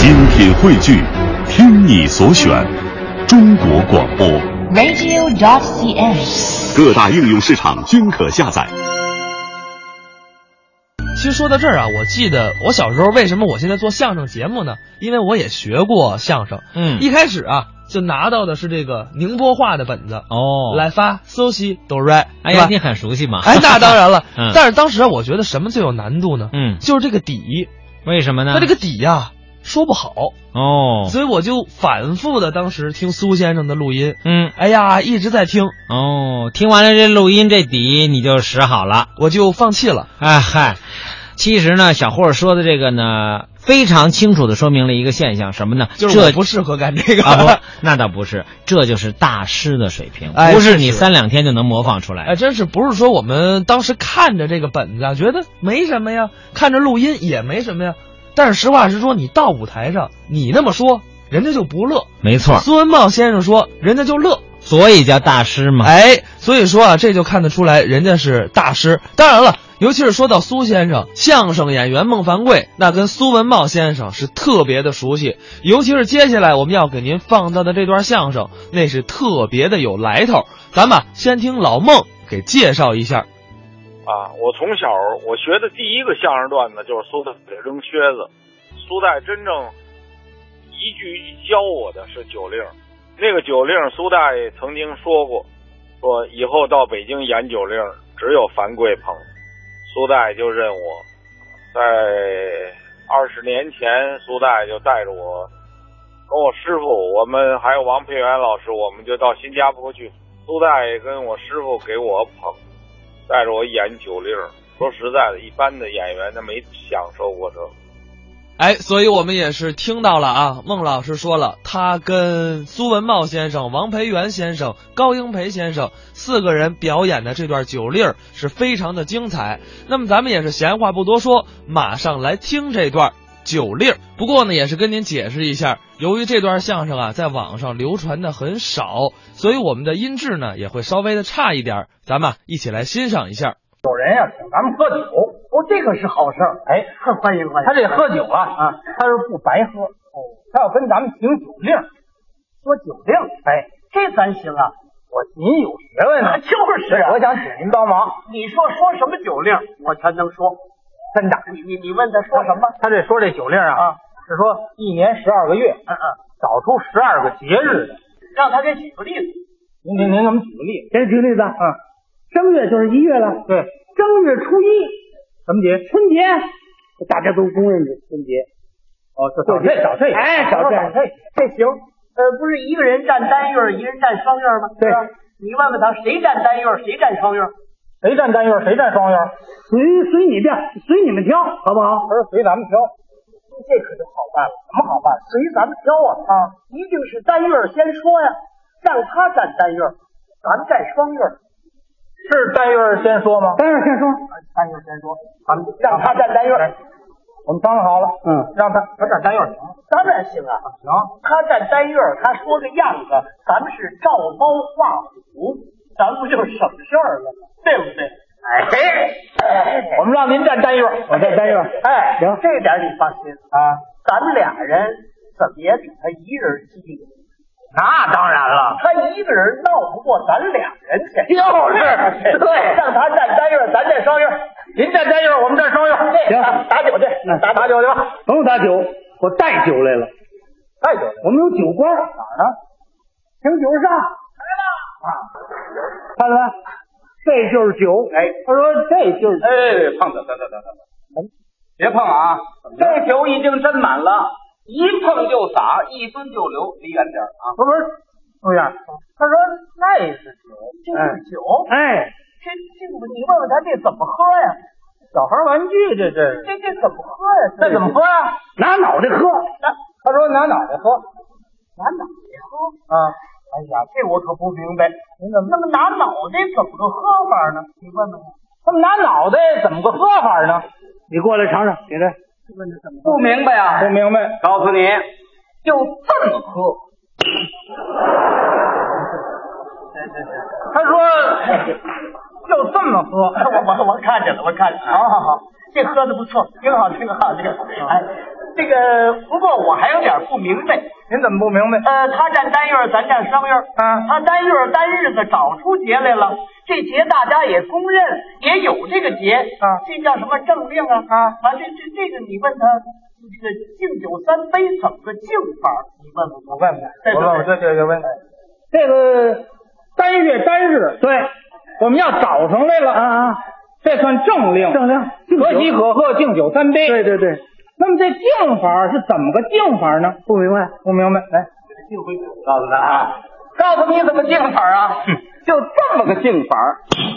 精品汇聚，听你所选，中国广播 radio.cn， 各大应用市场均可下载。 其实说到这儿啊，我记得我小时候为什么我现在做相声节目呢？因为我也学过相声。一开始啊就拿到的是这个宁波话的本子来发嗦西哆来。 哎呀，你很熟悉嘛？ 哎，那当然了。但是当时我觉得什么最有难度呢？就是这个底。 为什么呢？ 他这个底呀说不好所以我就反复的当时听苏先生的录音。哎呀，一直在听。 听完了这录音这底你就使好了， 我就放弃了。 哎嗨。其实呢，小霍说的这个呢，非常清楚的说明了一个现象，什么呢？ 就是我不适合干这个不，那倒不是，这就是大师的水平，不是你3、2天就能模仿出来。 哎，真是不是说我们当时看着这个本子觉得没什么呀，看着录音也没什么呀，但是实话实说，你到舞台上你那么说，人家就不乐。 没错， 苏文茂先生说，人家就乐。 所以叫大师嘛。 哎，所以说啊，这就看得出来人家是大师。当然了，尤其是说到苏先生，相声演员孟凡贵那跟苏文茂先生是特别的熟悉，尤其是接下来我们要给您放到的这段相声，那是特别的有来头。咱们先听老孟给介绍一下。 我从小我学的第一个相声段子就是苏代扔靴子。苏代真正一句教我的是酒令。那个酒令苏代曾经说过，说以后到北京演酒令只有樊贵捧。苏代就认我，在20年前苏代就带着我跟我师傅，我们还有王培元老师，我们就到新加坡去。苏代跟我师傅给我捧，带着我演酒令。说实在的，一般的演员他没享受过这个。 哎，所以我们也是听到了啊，孟老师说了，他跟苏文茂先生、王培元先生、高英培先生4个人表演的这段酒令是非常的精彩。那么咱们也是闲话不多说，马上来听这段酒令。不过呢，也是跟您解释一下，由于这段相声啊在网上流传的很少，所以我们的音质呢也会稍微的差一点，咱们一起来欣赏一下。 有人呀请咱们喝酒，这个是好事儿。哎，欢迎欢迎。他这喝酒他是不白喝他要跟咱们评酒令，说酒令。哎，这咱行啊，您有学问呢。就是啊，我想请您帮忙。你说什么酒令，我全能说。真的？你问他说什么？他说这酒令是说1年12个月，找出12个节日的，让他给举个例子。您给我们举个例子。给举个例子。正月就是1月了。对，正月初一什么节？春节，大家都公认的春节。找这，哎，找这行。不是一个人占单月，一个人占双月吗？对，你问问他，谁占单月，谁占双月？谁占单月，谁占双月？随你便，随你们挑，好不好？他说随咱们挑。这可就好办了。怎么好办？随咱们挑一定是单月先说呀，让他占单月，咱们占双月。是单月先说吗？单月先说，咱们让他占单月。我们商量好了，让他占单月行吗？当然行啊，行。他占单月，他说个样子，咱们是照猫画虎，咱们不就省事儿了，对不对？我们让您占单月，我占单月。哎，行，这点你放心咱们俩人怎么也比他一人机灵。那当然了，他一个人闹不过咱俩人去。就是对，让他占单月，咱占双月。您占单月，我们占双月。行，打酒去，打酒去吧。不用打酒，我带酒来了。带酒来了，我们有酒官。哪儿呢？请酒上来了看了没？这就是酒。他说这就是碰的，别碰啊！这酒已经斟满了。一碰就洒，一蹲就流，离远点不是，对呀。他说那是酒，这是酒。这你问问他这怎么喝呀？小孩玩具，这怎么喝呀？这怎么喝呀？拿脑袋喝。他说拿脑袋喝，拿脑袋喝哎呀，这我可不明白。那么拿脑袋怎么个喝法呢？你问问他们拿脑袋怎么个喝法呢？你过来尝尝，你这。不明白啊？不明白，告诉你，就这么喝。他说就这么喝。我看见了，好，这喝的不错，挺好。 这个不过我还有点不明白。 您怎么不明白？ 他占单月，咱占双月啊。 他单月单日子找出节来了，这节大家也公认，也有这个节啊。 这叫什么政令啊？这个你问他，这个敬酒三杯怎么个敬法？你问问我。 这问。这个单月单日，对，我们要找上来了啊。这算政令，可喜可贺，敬酒三杯。对。那么这敬法是怎么个敬法呢？不明白。来，敬杯酒，告诉他啊，告诉你怎么敬法啊？就这么个敬法。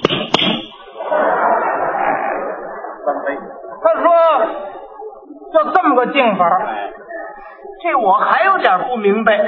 三杯。他说，就这么个敬法。 这我还有点不明白。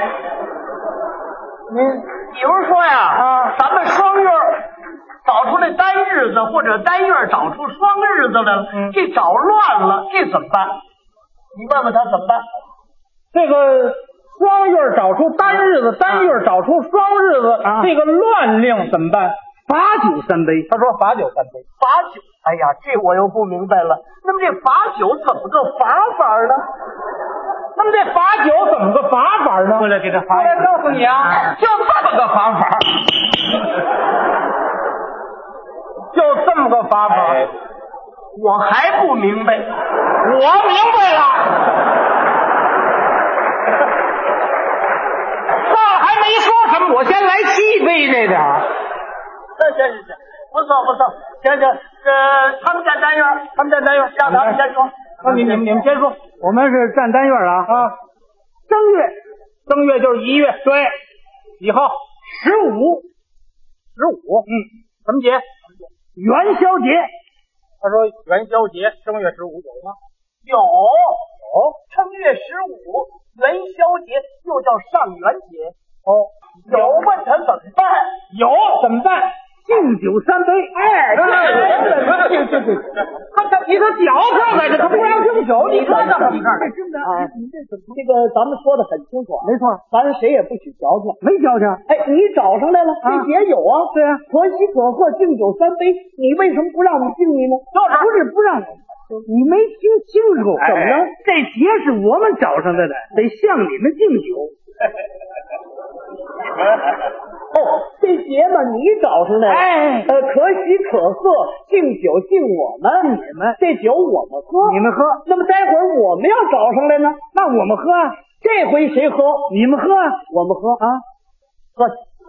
比如说呀，咱们双月找出来单日子，或者单月找出双日子来了，这找乱了，这怎么办？你问问他怎么办？ 这个双月找出单日子，单月找出双日子，这个乱令怎么办？罚酒三杯。他说罚酒三杯。 罚酒，哎呀，这我又不明白了。那么这罚酒怎么个罚法呢？ 那么这罚酒怎么个罚法呢？过来给他罚。过来告诉你啊，就这么个罚法。就这么个罚法。 我还不明白。 我明白了。话还没说什么，我先来7杯这点。 行，不错，行，他们占单月，让他们先说。 你们先说。我们是占单月啊。正月就是1月，对。几号？15。什么节？元宵节。他说元宵节正月15有吗？ 有。正月15元宵节又叫上元节。有，问他怎么办？ 有怎么办？敬酒三杯。你他嚼上来的，他不让敬酒，你说怎么回事？ 这个咱们说的很清楚， 没错， 咱谁也不许矫情， 没矫情。 你找上来了，这节有啊， 对啊， 可喜可贺，敬酒三杯，你为什么不让我们敬你呢？ 不是不让你没听清楚，怎么了？这节是我们找上来的，得向你们敬酒。 这节嘛，你找上来，可喜可贺，敬酒敬我们， 你们这酒我们喝， 你们喝。 那么待会儿我们要找上来呢， 那我们喝啊。 这回谁喝？ 你们喝， 我们喝啊，喝。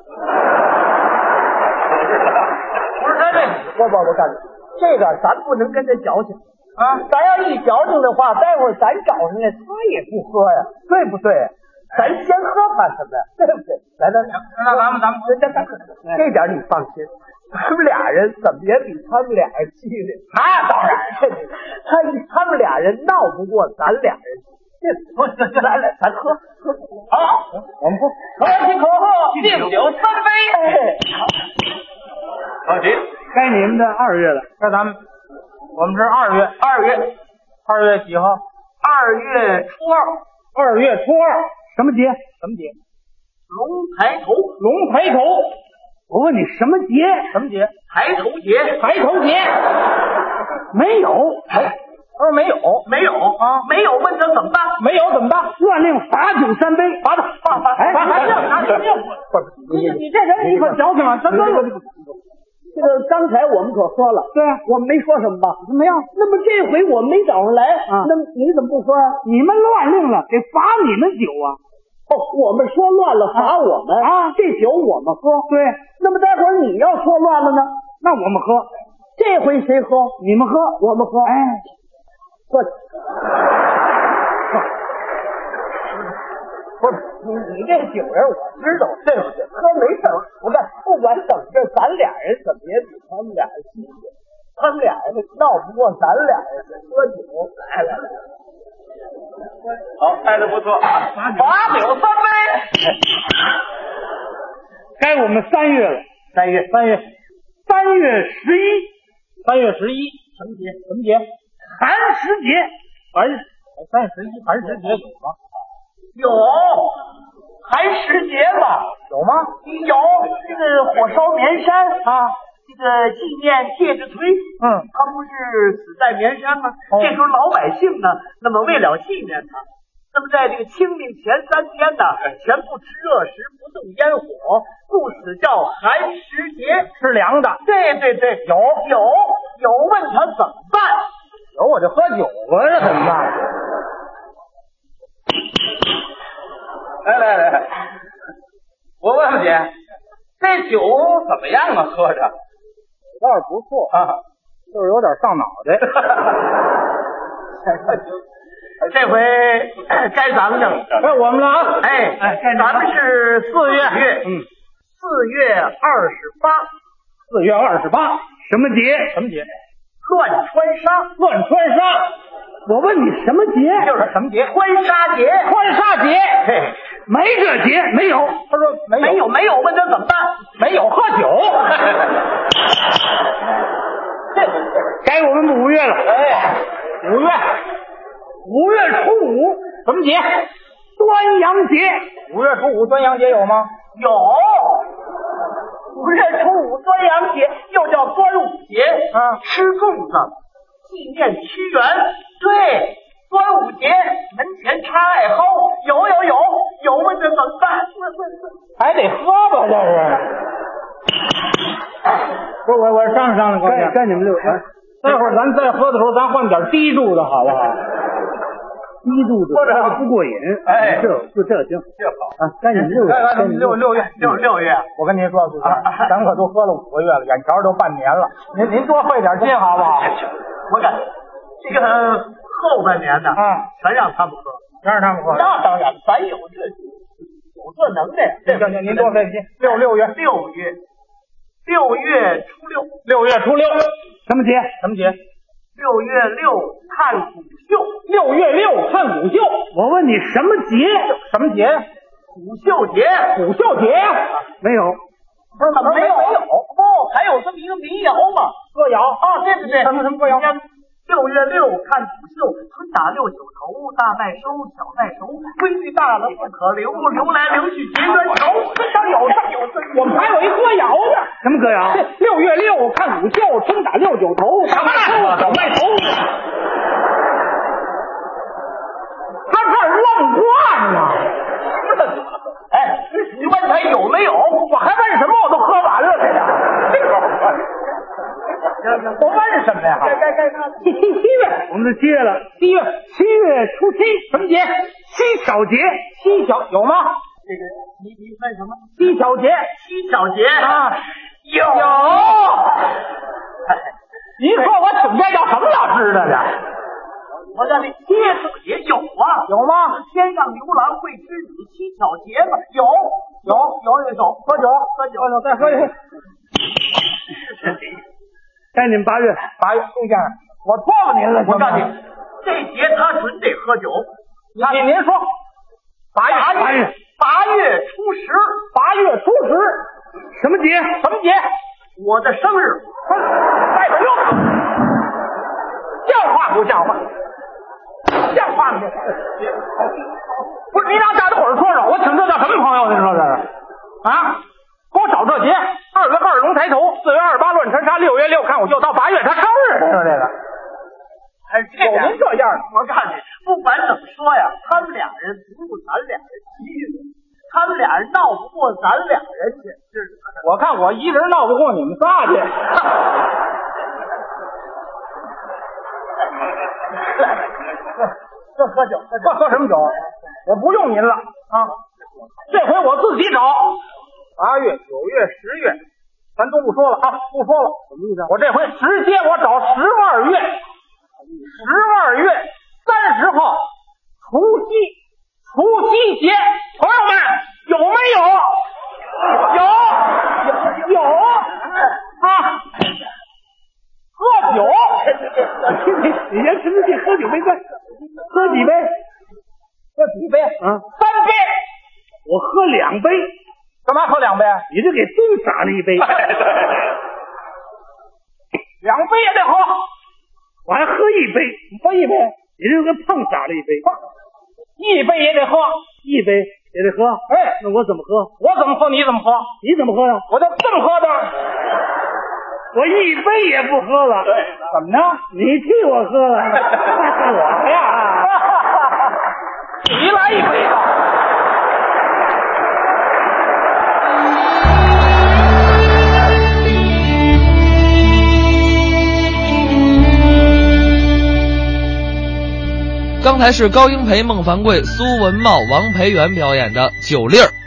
不是他这，我告诉你，这个咱不能跟他矫情啊！咱要一矫情的话，待会儿咱找上来，他也不喝呀，对不对？咱先喝怕什么呀？对不对？来， 那咱们这点你放心，咱们俩人怎么也比他们俩人气的。当然，他们俩人闹不过咱俩人。来，咱喝。好， 我们喝。 可喜可贺，敬酒三杯。 好极，该你们的2月了。该我们是2月。2月几号 ？2月初 2 二。 月初二。什么节？ 龙抬头。 我问你什么节？ 抬头节。 没有。他说没有啊，没有，问他怎么办？ 没有怎么办？乱令罚酒3杯，罚他。你这人你可矫情啊！这个刚才我们可喝了， 对啊， 我们没说什么吧？ 没有。 那么这回我们没找上来啊，那么你怎么不喝啊？ 你们乱令了，得罚你们酒啊！ 我们说乱了，罚我们啊！ 这酒我们喝， 对。 那么待会儿你要说乱了呢， 那我们喝。 这回谁喝？ 你们喝， 我们喝。喝。不是你这酒人我知道，对不对？喝没事，我看不管怎么着，咱俩人怎么也比他们俩人气些。他们俩人闹不过咱俩人喝酒。来， 好，带的不错， 罚酒3杯。 该我们3月了。3月11。3月11什么节？寒食节。3月11寒食节有吗？ 有，寒食节吧？ 有吗？ 有，这个火烧绵山啊， 这个纪念介之推，他不是死在绵山吗？这时候老百姓呢，那么为了纪念他，那么在这个清明前3天呢，全不吃热食，不动烟火，故此叫寒食节， 吃凉的。 对，有问他怎么办？ 有我就喝酒了，这怎么办？来，我问问姐，这酒怎么样啊？喝着倒是不错啊，就是有点上脑袋。 这回该咱们了， 该我们了啊！ 咱们是4月，4月28。 4月28，什么节？什么节？ 乱穿纱。 乱穿纱。我问你什么节？ 就是什么节？穿纱节。 穿纱节。嘿，没这节，没有。他说没有， 问他怎么办？ 没有，喝酒。这该我们5月了。5月初5，什么节？端阳节。5月初5端阳节有吗？ 有。5月初5端阳节又叫端午节啊，吃粽子纪念屈原。对，端午节门前插艾蒿，有，问这怎么办？ 还得喝吧，这是。不是我商量高兴，该你们待会儿咱再喝的时候，咱换点低度的好不好？低度的，这不过瘾。这行，这好啊。该你们6月，我跟您说，咱可都喝了5个月了，眼瞧都半年了。您多费点劲好不好？ 我感这个后半年呢，全让他们喝， 那当然， 咱有这能耐。 行，您多费劲。6月初六， 什么节 ？6月6看古秀。 6月6看古秀。我问你什么节？ 古秀节。 没有。 不是怎么没有？还有这么一个民谣嘛？ 歌谣啊，对。 什么歌谣 ？6月6看古秀，春打6九头，大麦收，小麦熟，规矩大了不可留，流来流去结冤仇。 我们还有一歌谣呢。什么歌谣？6月6看古秀，春打6九头，大麦收，小麦熟。他这儿愣惯呢。 你问他有没有？ 我还问什么？我都喝完了这个。我问什么呀？ 该 7月，我们是7月了。7月初7，什么节？七巧节。七巧有吗？ 这个你问什么？ 七巧节啊，有。 你说我请这叫什么老师的呢？ 我在那接子节有啊， 有吗？ 天上牛郎会织女七巧节嘛，有，喝酒， 再喝一回。该你们8月，宋先生，我托付您了。 我告诉你，这节他准得喝酒。 您说，8 月初10， 什么节？ 我的生日。 带着用，像话不像话？像话吗？不是，你让大家伙儿说说，我请这叫什么朋友？您说这是啊？给我找这节，2月2龙抬头，4月28乱穿纱，6月6看古秀，到8月他生日，您说这个？有您这样的， 我告诉你，不管怎么说呀，他们俩人不顾咱俩人气的，他们俩人闹不过咱俩人去， 我看我一人闹不过你们仨去。 这喝酒， 喝什么酒？我不用您了啊！这回我自己找。8月、9月、10月，咱都不说了啊，不说了。什么意思？我这回直接我找12月，12月30号，除夕节，朋友们有没有？有啊！喝酒，你先吃去，喝酒没关系，喝几杯？3杯。我喝2杯。干嘛喝2杯？你这给孙撒了1杯。2杯也得喝。我还喝1杯。你喝1杯？你这跟胖撒了1杯。1杯也得喝。1杯也得喝。那我怎么喝？我怎么喝？你怎么喝？你怎么喝呀？我就这么喝的。 我一杯也不喝了。 对， 怎么着？你替我喝了？我呀， 你来一杯吧。 刚才是高英培、孟凡贵、苏文茂、王培元表演的《酒令儿》。